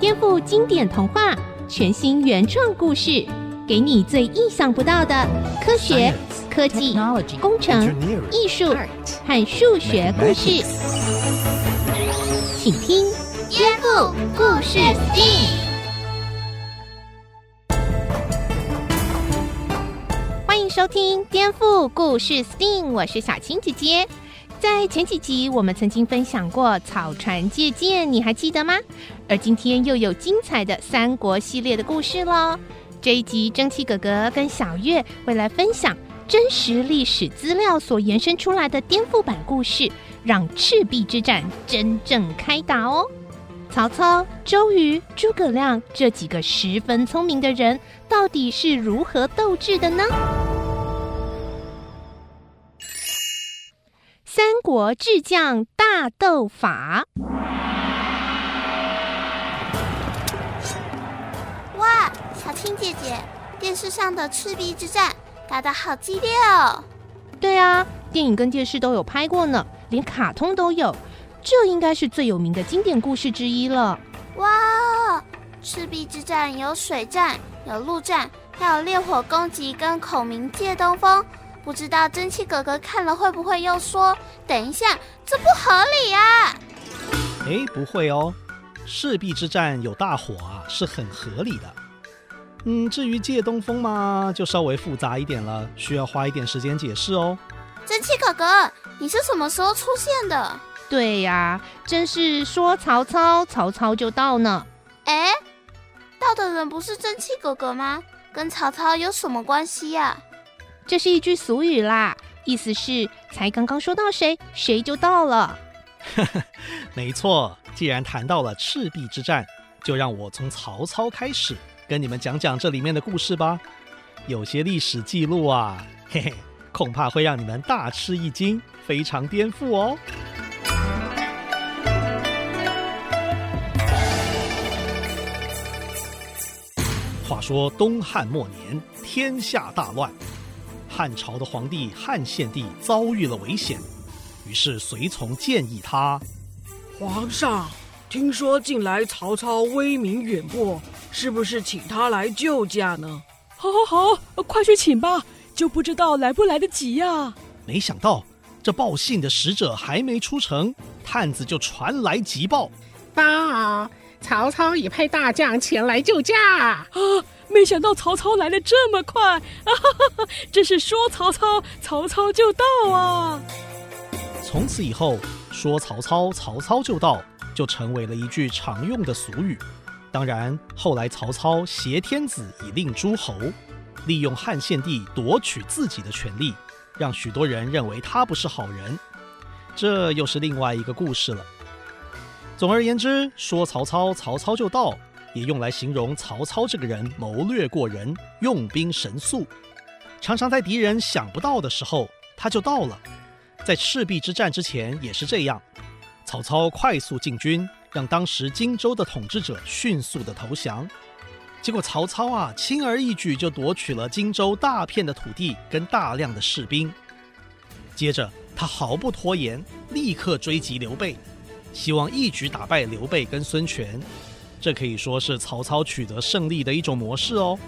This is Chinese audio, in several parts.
颠覆经典童话，全新原创故事，给你最意想不到的科学、科技、工程、艺术和数学故事。请听《颠覆故事 STEAM》。欢迎收听《颠覆故事 STEAM》，我是小青姐姐。在前几集我们曾经分享过草船借箭，你还记得吗？而今天又有精彩的三国系列的故事咯。这一集蒸汽哥哥跟小月会来分享真实历史资料所延伸出来的颠覆版故事，让赤壁之战真正开打哦。曹操、周瑜、诸葛亮这几个十分聪明的人，到底是如何斗智的呢？三国智将大斗法。 哇，小青姐姐，电视上的赤壁之战打得好激烈哦！ 对啊，电影跟电视都有拍过呢，连卡通都有，这应该是最有名的经典故事之一了。 哇，赤壁之战有水战，有陆战，还有烈火攻击跟孔明借东风。不知道蒸汽哥哥看了会不会又说，等一下，这不合理啊？ 不会哦，赤壁之战有大火啊，是很合理的。至于借东风嘛，就稍微复杂一点了，需要花一点时间解释哦。 蒸汽哥哥，你是什么时候出现的？ 对呀，真是说曹操，曹操就到呢。 到的人不是蒸汽哥哥吗？跟曹操有什么关系呀？ 这是一句俗语啦，意思是才刚刚说到谁，谁就到了。 没错，既然谈到了赤壁之战，就让我从曹操开始跟你们讲讲这里面的故事吧。有些历史记录啊，恐怕会让你们大吃一惊，非常颠覆哦。话说东汉末年，天下大乱，汉朝的皇帝汉献帝遭遇了危险，于是随从建议他： 皇上，听说近来曹操威名远播，是不是请他来救驾呢？ 好，快去请吧，就不知道来不来得及呀。 没想到这报信的使者还没出城，探子就传来急报： 报，曹操已派大将前来救驾。 没想到曹操来得这么快，真是说曹操，曹操就到啊！ 从此以后，说曹操，曹操就到，就成为了一句常用的俗语。当然，后来曹操挟天子以令诸侯，利用汉献帝夺取自己的权利，让许多人认为他不是好人。这又是另外一个故事了。总而言之，说曹操，曹操就到，也用来形容曹操这个人谋略过人，用兵神速，常常在敌人想不到的时候他就到了。在赤壁之战之前也是这样，曹操快速进军，让当时荆州的统治者迅速的投降。结果曹操啊，轻而易举就夺取了荆州大片的土地跟大量的士兵。接着他毫不拖延，立刻追击刘备，希望一举打败刘备跟孙权。这可以说是曹操取得胜利的一种模式哦。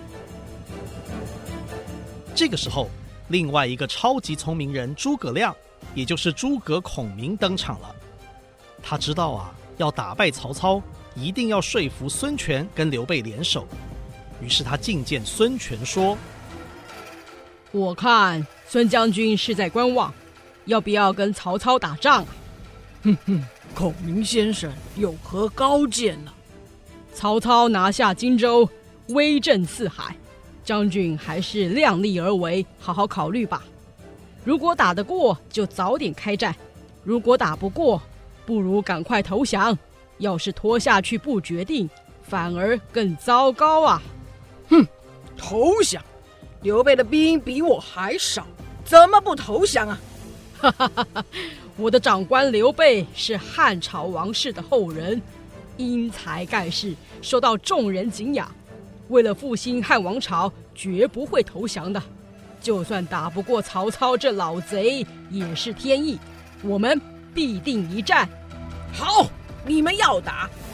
这个时候，另外一个超级聪明人诸葛亮，也就是诸葛孔明登场了。他知道啊，要打败曹操，一定要说服孙权跟刘备联手。于是他觐见孙权说： 我看孙将军是在观望，要不要跟曹操打仗啊？ 孔明先生有何高见呢？ 曹操拿下荆州，威震四海，将军还是量力而为，好好考虑吧。如果打得过，就早点开战；如果打不过，不如赶快投降。要是拖下去不决定，反而更糟糕啊！ 投降？刘备的兵比我还少，怎么不投降啊？ 我的长官刘备是汉朝王室的后人，英才盖世，受到众人敬仰。为了复兴汉王朝，绝不会投降的。就算打不过曹操这老贼，也是天意，我们必定一战。 好，你们要打，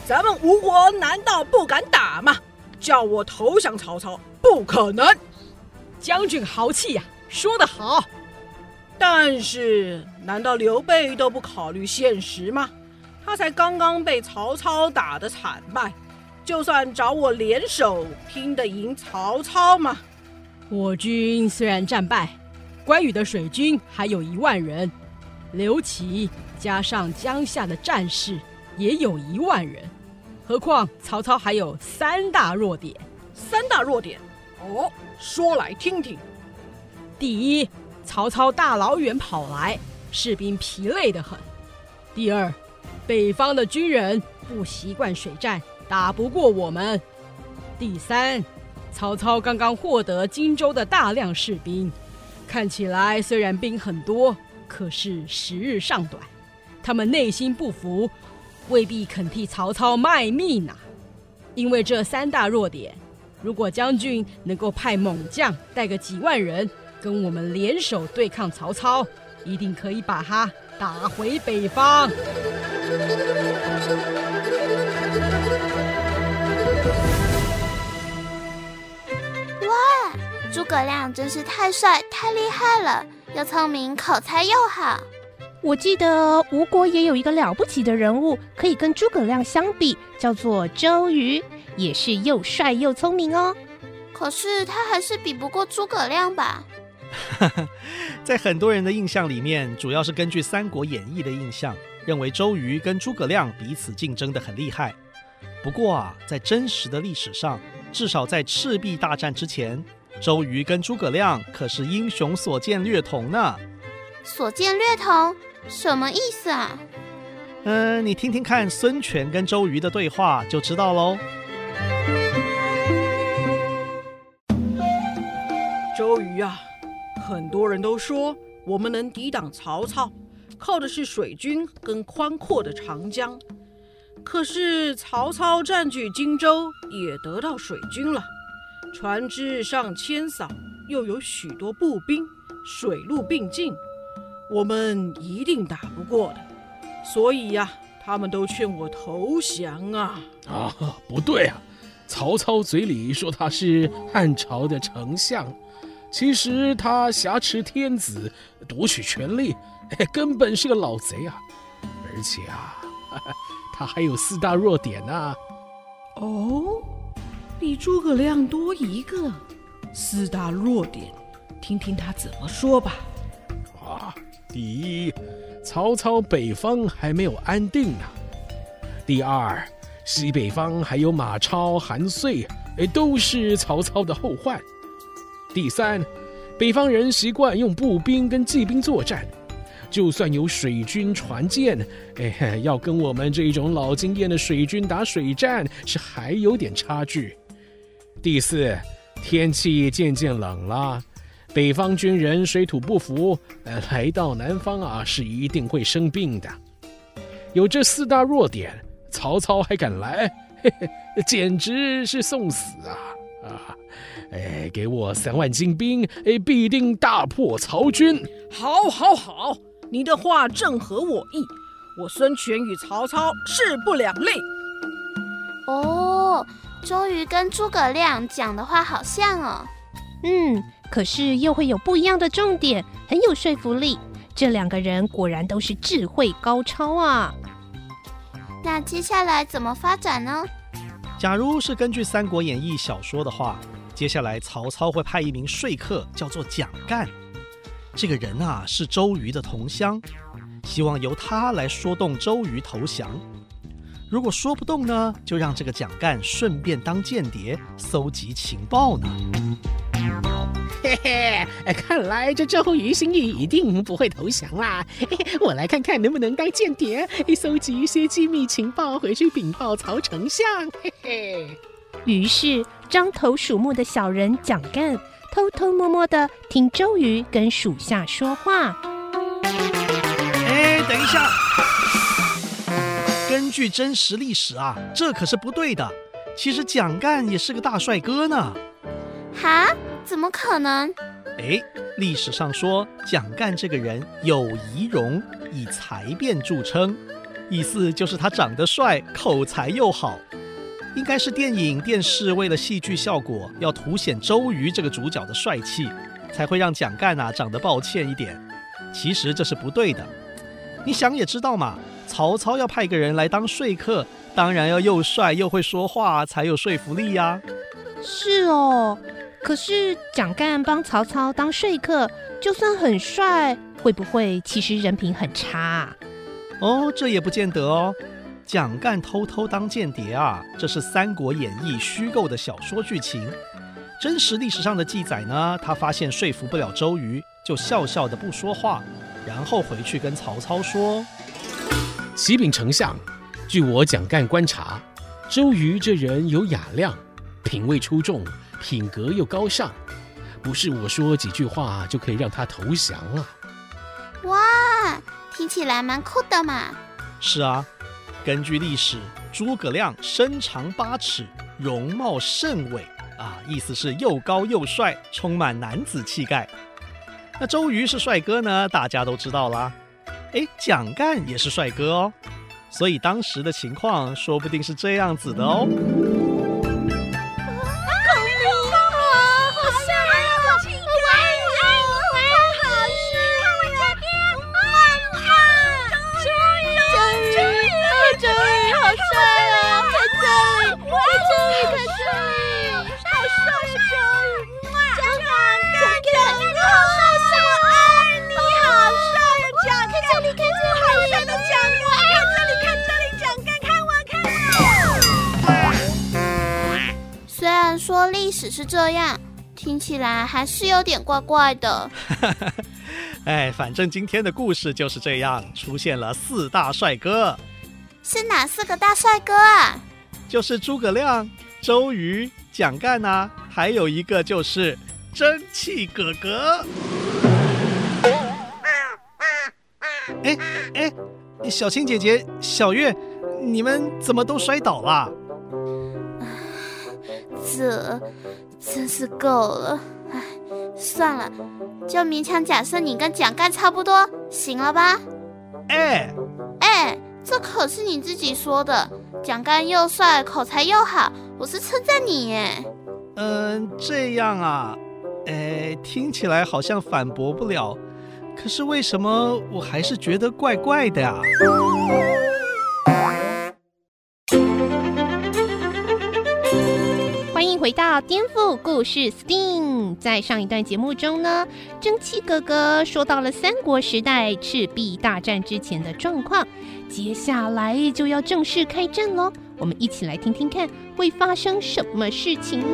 咱们吴国难道不敢打吗？叫我投降曹操，不可能。 将军豪气呀，说得好。 但是，难道刘备都不考虑现实吗？他才刚刚被曹操打得惨败，就算找我联手，拼得赢曹操吗？ 我军虽然战败，关羽的水军还有1万人，刘琦加上江夏的战士也有1万人，何况曹操还有3大弱点。 3大弱点？哦，说来听听。 第一，曹操大老远跑来，士兵疲累得很。第二，北方的军人不习惯水战，打不过我们。第三，曹操刚刚获得荆州的大量士兵，看起来虽然兵很多，可是时日尚短，他们内心不服，未必肯替曹操卖命啊。因为这3大弱点，如果将军能够派猛将带个几万人跟我们联手对抗曹操，一定可以把他打回北方。 哇，诸葛亮真是太帅太厉害了，又聪明口才又好。 我记得吴国也有一个了不起的人物，可以跟诸葛亮相比，叫做周瑜，也是又帅又聪明哦。 可是他还是比不过诸葛亮吧？ 在很多人的印象里面，主要是根据《三国演义》的印象，认为周瑜跟诸葛亮彼此竞争得很厉害。不过啊，在真实的历史上，至少在赤壁大战之前，周瑜跟诸葛亮可是英雄所见略同呢。 所见略同？什么意思啊？ 你听听看孙权跟周瑜的对话就知道喽。 周瑜啊，很多人都说我们能抵挡曹操，靠的是水军跟宽阔的长江。可是曹操占据荆州，也得到水军了，船只上千艘，又有许多步兵，水陆并进，我们一定打不过的。所以呀，他们都劝我投降啊！ 不对啊，曹操嘴里说他是汉朝的丞相，其实他挟持天子，夺取权力，根本是个老贼啊！而且啊，他还有4大弱点啊！ 哦，比诸葛亮多一个4大弱点，听听他怎么说吧。 第一，曹操北方还没有安定呢。第二，西北方还有马超、韩遂，都是曹操的后患。第三，北方人习惯用步兵跟骑兵作战，就算有水军船舰，要跟我们这种老经验的水军打水战是还有点差距。第四，天气渐渐冷了，北方军人水土不服，来到南方啊是一定会生病的。有这4大弱点，曹操还敢来，简直是送死啊！给我3万精兵，必定大破曹军。 好，你的话正合我意，我孙权与曹操势不两立。 哦，周瑜跟诸葛亮讲的话好像哦。 可是又会有不一样的重点，很有说服力。这2个人果然都是智慧高超啊！ 那接下来怎么发展呢？ 假如是根据《三国演义》小说的话，接下来曹操会派一名说客，叫做蒋干。这个人啊是周瑜的同乡，希望由他来说动周瑜投降。如果说不动呢，就让这个蒋干顺便当间谍，搜集情报呢。 嘿嘿，看来这周瑜心意一定不会投降啦。我来看看能不能当间谍，搜集一些机密情报回去禀报曹丞相。嘿嘿。 于是獐头鼠目的小人蒋干偷偷摸摸的听周瑜跟属下说话。 等一下，根据真实历史啊，这可是不对的。其实蒋干也是个大帅哥呢。 哈？怎么可能？ 历史上说蒋干这个人有仪容，以才辩著称， 意思就是他长得帅，口才又好。应该是电影电视为了戏剧效果，要凸显周瑜这个主角的帅气，才会让蒋干长得抱歉一点。其实这是不对的。你想也知道嘛，曹操要派一个人来当说客，当然要又帅又会说话，才有说服力呀。 是哦，可是蒋干帮曹操当说客，就算很帅，会不会其实人品很差？ 哦，这也不见得哦。蒋干偷偷当间谍这是《三国演义》虚构的小说剧情。真实历史上的记载呢，他发现说服不了周瑜，就笑笑的不说话，然后回去跟曹操说： 启禀丞相，据我蒋干观察，周瑜这人有雅量，品味出众，品格又高尚，不是我说几句话就可以让他投降啊。 哇，听起来蛮酷的嘛。 是啊，根据历史，诸葛亮身长8尺，容貌甚伟意思是又高又帅，充满男子气概。那周瑜是帅哥呢，大家都知道啦。蒋干也是帅哥哦，所以当时的情况说不定是这样子的哦。 说历史是这样，听起来还是有点怪怪的。 反正今天的故事就是这样，出现了4大帅哥。 是哪4个大帅哥啊？ 就是诸葛亮、周瑜、蒋干还有一个就是蒸汽哥哥。小青姐姐、小月，你们怎么都摔倒了？ 这真是够了。算了，就勉强假设你跟蒋干差不多，行了吧？这可是你自己说的，蒋干又帅，口才又好，我是称赞你耶。 这样听起来好像反驳不了，可是为什么我还是觉得怪怪的呀？ 欢迎回到颠覆故事 STEAM。 在上一段节目中呢，蒸汽哥哥说到了三国时代赤壁大战之前的状况，接下来就要正式开战咯。我们一起来听听看会发生什么事情呢？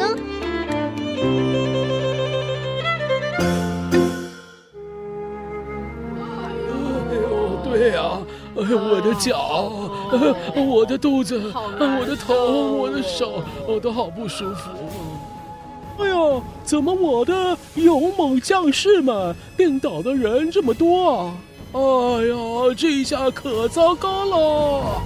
对啊，我的脚，我的肚子，我的头，我的手，我都好不舒服。哎呀，怎么我的勇猛将士们病倒的人这么多啊？哎呀，这下可糟糕了！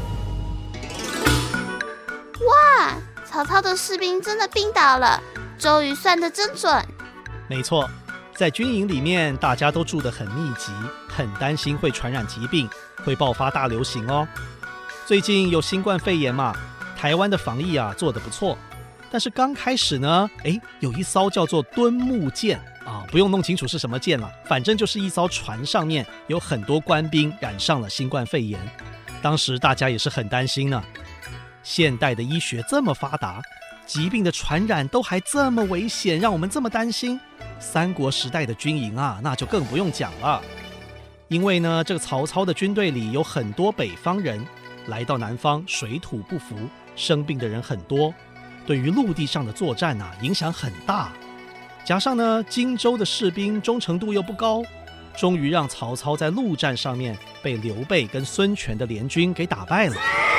哇，曹操的士兵真的病倒了，周瑜算得真准。 没错，在军营里面大家都住得很密集，很担心会传染疾病，会爆发大流行哦。最近有新冠肺炎嘛，台湾的防疫做得不错，但是刚开始呢，有一艘叫做敦睦舰不用弄清楚是什么舰了，反正就是一艘船上面有很多官兵染上了新冠肺炎，当时大家也是很担心呢。现代的医学这么发达，疾病的传染都还这么危险，让我们这么担心。三国时代的军营那就更不用讲了。因为呢，这个曹操的军队里有很多北方人，来到南方水土不服，生病的人很多，对于陆地上的作战影响很大。加上呢，荆州的士兵忠诚度又不高，终于让曹操在陆战上面被刘备跟孙权的联军给打败了。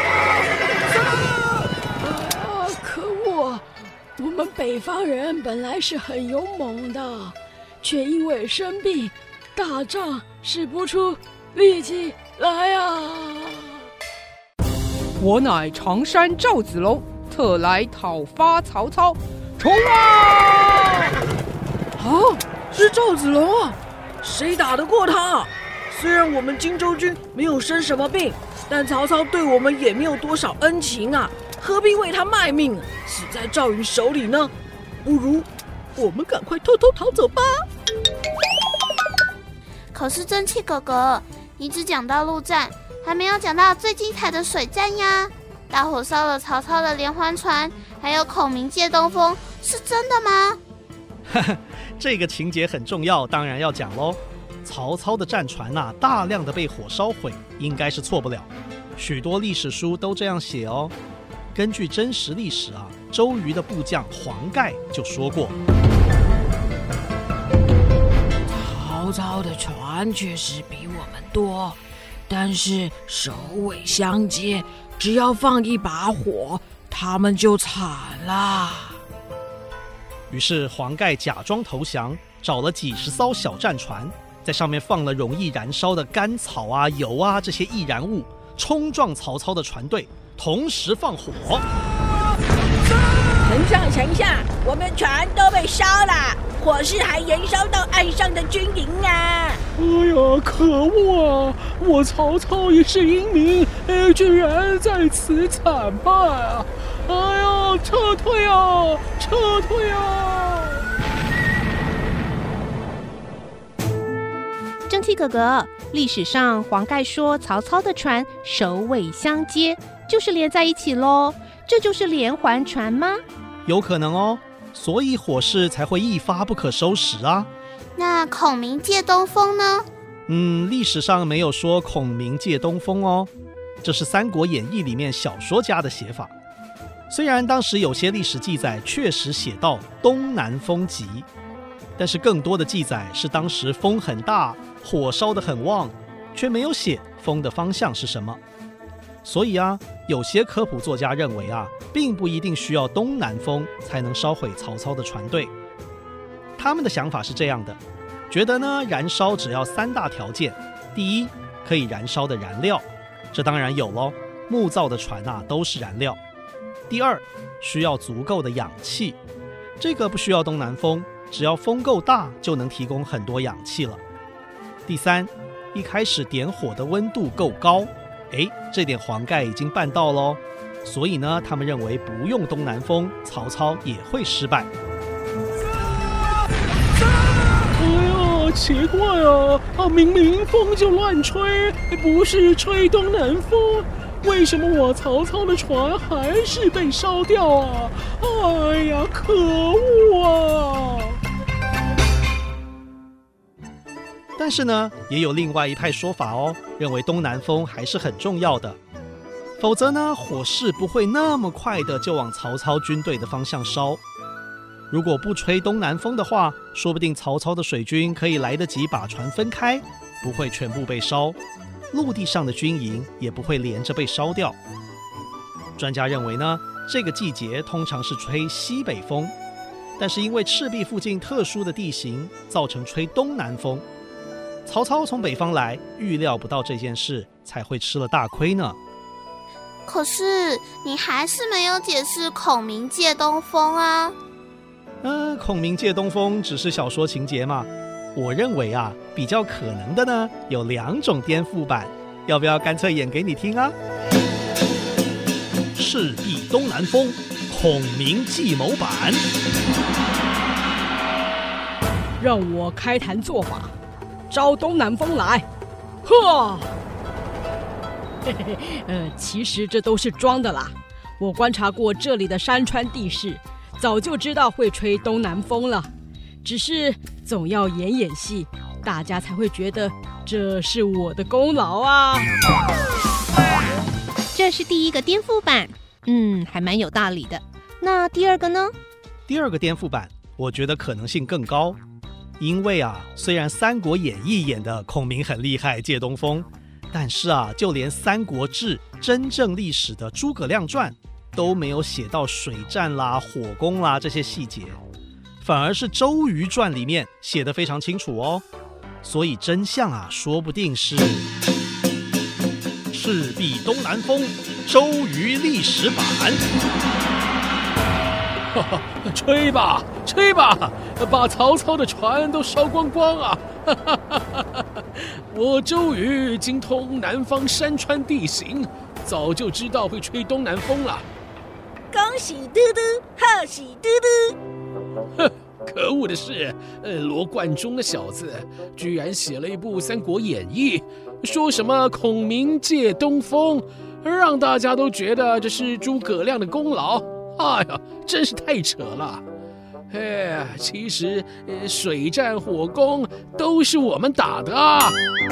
可恶！我们北方人本来是很勇猛的，却因为生病，打仗使不出力气来啊！ 我乃常山赵子龙，特来讨伐曹操，冲啊！ 是赵子龙啊！谁打得过他？ 虽然我们荆州军没有生什么病，但曹操对我们也没有多少恩情啊，何必为他卖命啊？死在赵云手里呢？不如我们赶快偷偷逃走吧。 可是蒸汽哥哥，你只讲到陆战，还没有讲到最精彩的水战呀！大火烧了曹操的连环船，还有孔明借东风，是真的吗？ 这个情节很重要，当然要讲咯。曹操的战船大量的被火烧毁，应该是错不了。许多历史书都这样写哦。根据真实历史周瑜的部将黄盖就说过， 曹操的船确实比我们多，但是首尾相接，只要放一把火，他们就惨了。 于是黄盖假装投降，找了几十艘小战船，在上面放了容易燃烧的干草油这些易燃物，冲撞曹操的船队，同时放火。 丞相，我们船都被烧了，火势还延烧到岸上的军营啊！ 哎呀，可恶啊！我曹操也是英明，居然在此惨败啊！哎呀，撤退啊！撤退啊！ 蒸汽哥哥，历史上黄盖说曹操的船首尾相接，就是连在一起咯，这就是连环船吗？ 有可能哦，所以火势才会一发不可收拾啊。 那孔明借东风呢？ 历史上没有说孔明借东风哦，这是《三国演义》里面小说家的写法。虽然当时有些历史记载确实写到东南风急，但是更多的记载是当时风很大，火烧得很旺，却没有写风的方向是什么。所以有些科普作家认为并不一定需要东南风才能烧毁曹操的船队。他们的想法是这样的，觉得燃烧只要3大条件。第一，可以燃烧的燃料，这当然有咯，木造的船都是燃料。第二，需要足够的氧气，这个不需要东南风，只要风够大就能提供很多氧气了。第三，一开始点火的温度够高，这点黄盖已经办到咯，所以他们认为不用东南风，曹操也会失败。 哎呀，奇怪明明风就乱吹，不是吹东南风，为什么我曹操的船还是被烧掉啊？哎呀，可恶啊！ 但是也有另外一派说法哦，认为东南风还是很重要的，否则火势不会那么快的就往曹操军队的方向烧。如果不吹东南风的话，说不定曹操的水军可以来得及把船分开，不会全部被烧，陆地上的军营也不会连着被烧掉。专家认为这个季节通常是吹西北风，但是因为赤壁附近特殊的地形，造成吹东南风。曹操从北方来，预料不到这件事，才会吃了大亏呢。 可是你还是没有解释孔明借东风啊。 孔明借东风只是小说情节嘛。我认为比较可能的有2种颠覆版，要不要干脆演给你听啊？赤壁东南风，孔明计谋版。 让我开坛做法，招东南风来，呵！其实这都是装的啦。我观察过这里的山川地势，早就知道会吹东南风了。只是总要演演戏，大家才会觉得这是我的功劳啊。 这是第一个颠覆版，还蛮有道理的。那第二个呢？ 第二个颠覆版，我觉得可能性更高。因为虽然《三国演义》演的孔明很厉害借东风，但是就连《三国志》真正历史的《诸葛亮传》都没有写到水战啦、火攻啦这些细节，反而是《周瑜传》里面写得非常清楚哦。所以真相说不定是赤壁东南风，周瑜历史版。 吹吧， 吹吧，把曹操的船都烧光光啊！我周瑜精通南方山川地形，早就知道会吹东南风了。 恭喜嘟嘟，贺喜嘟嘟！ 哼，可恶的是，罗贯中的小子居然写了一部《三国演义》，说什么孔明借东风，让大家都觉得这是诸葛亮的功劳。哎呀，真是太扯了！哎，其实水战火攻都是我们打的啊！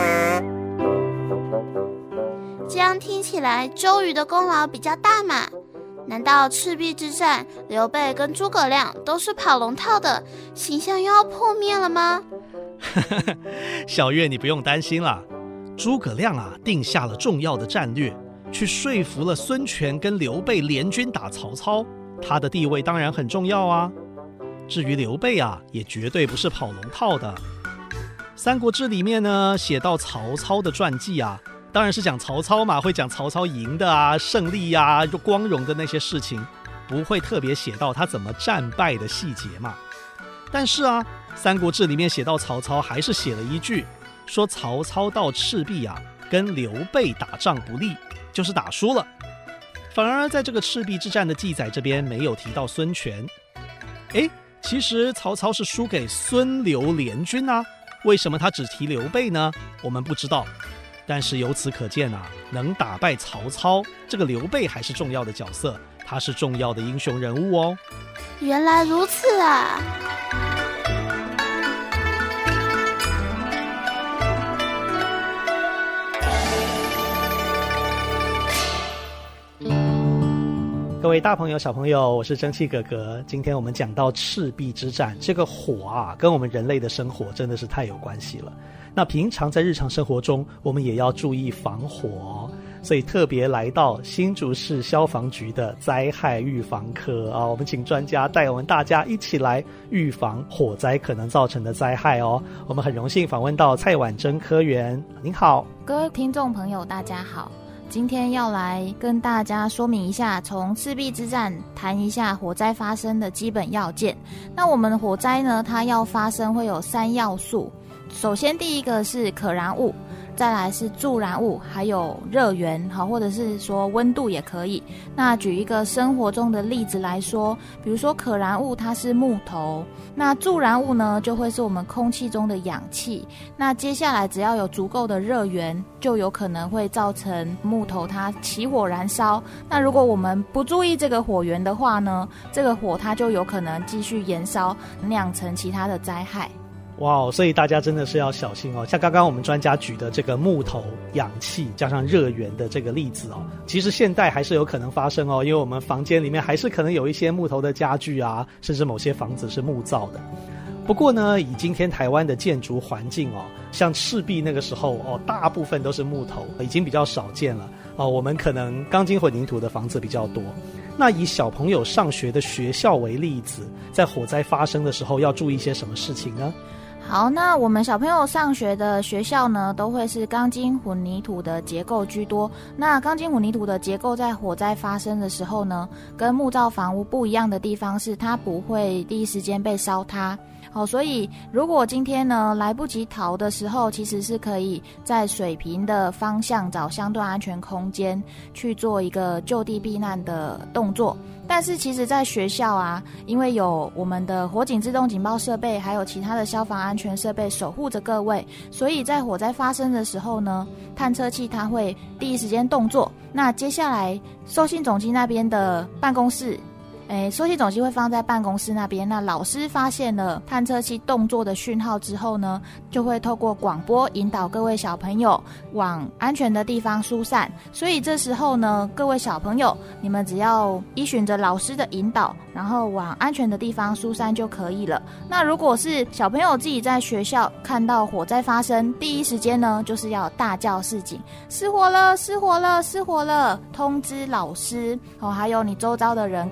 这样听起来，周瑜的功劳比较大嘛？难道赤壁之战，刘备跟诸葛亮都是跑龙套的，形象又要破灭了吗？ 小月，你不用担心啦，诸葛亮啊，定下了重要的战略，去说服了孙权跟刘备联军打曹操，他的地位当然很重要啊。至于刘备啊，也绝对不是跑龙套的。三国志里面呢，写到曹操的传记啊，当然是讲曹操嘛，会讲曹操赢的啊、胜利啊、光荣的那些事情，不会特别写到他怎么战败的细节嘛。但是啊，三国志里面写到曹操还是写了一句，说曹操到赤壁啊，跟刘备打仗不利，就是打输了。反而在这个赤壁之战的记载这边没有提到孙权。其实曹操是输给孙刘联军啊，为什么他只提刘备呢？我们不知道。但是由此可见啊，能打败曹操，这个刘备还是重要的角色，他是重要的英雄人物哦。 原来如此啊！ 各位大朋友小朋友，我是蒸汽哥哥。今天我们讲到赤壁之战，这个火啊，跟我们人类的生活真的是太有关系了。那平常在日常生活中，我们也要注意防火哦，所以特别来到新竹市消防局的灾害预防科啊，我们请专家带我们大家一起来预防火灾可能造成的灾害哦。我们很荣幸访问到蔡婉珍科员，您好。 各位听众朋友大家好，今天要来跟大家说明一下，从赤壁之战谈一下火灾发生的基本要件。那我们火灾呢，它要发生会有3要素。首先第一个是可燃物，再来是助燃物，还有热源，或者是说温度也可以。那举一个生活中的例子来说，比如说可燃物它是木头，那助燃物呢就会是我们空气中的氧气。那接下来只要有足够的热源，就有可能会造成木头它起火燃烧。那如果我们不注意这个火源的话呢，这个火它就有可能继续延烧，酿成其他的灾害。 哇，所以大家真的是要小心哦。像刚刚我们专家举的这个木头、氧气加上热源的这个例子哦，其实现代还是有可能发生哦，因为我们房间里面还是可能有一些木头的家具啊，甚至某些房子是木造的。不过呢，以今天台湾的建筑环境哦，像赤壁那个时候哦，大部分都是木头，已经比较少见了哦。我们可能钢筋混凝土的房子比较多。那以小朋友上学的学校为例子，在火灾发生的时候要注意些什么事情呢？ 好，那我们小朋友上学的学校呢，都会是钢筋混凝土的结构居多。那钢筋混凝土的结构在火灾发生的时候呢，跟木造房屋不一样的地方是，它不会第一时间被烧塌。好，所以如果今天呢来不及逃的时候，其实是可以在水平的方向找相对安全空间去做一个就地避难的动作。但是其实在学校啊，因为有我们的火警自动警报设备，还有其他的消防安全设备守护着各位，所以在火灾发生的时候呢，探测器它会第一时间动作。那接下来收信总机那边的办公室，收信总机会放在办公室那边。那老师发现了探测器动作的讯号之后呢，就会透过广播引导各位小朋友往安全的地方疏散。所以这时候呢，各位小朋友，你们只要依循着老师的引导，然后往安全的地方疏散就可以了。那如果是小朋友自己在学校看到火灾发生，第一时间呢，就是要大叫示警，失火了，失火了，失火了，通知老师还有你周遭的人赶快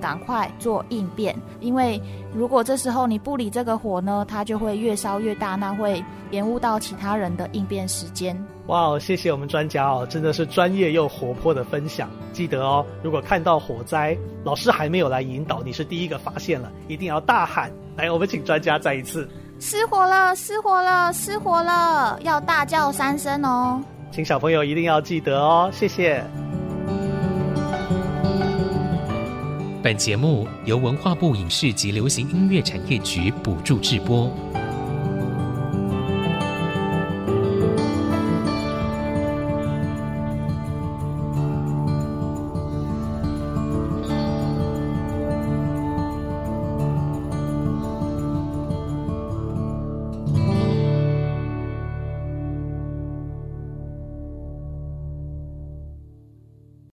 快做应变，因为如果这时候你不理这个火呢，它就会越烧越大，那会延误到其他人的应变时间。 哇，谢谢我们专家哦，真的是专业又活泼的分享。记得哦，如果看到火灾，老师还没有来引导，你是第一个发现了，一定要大喊。来，我们请专家再一次。 失火了，失火了，失火了，要大叫3声哦。 请小朋友一定要记得哦，谢谢。 本节目由文化部影视及流行音乐产业局补助制播。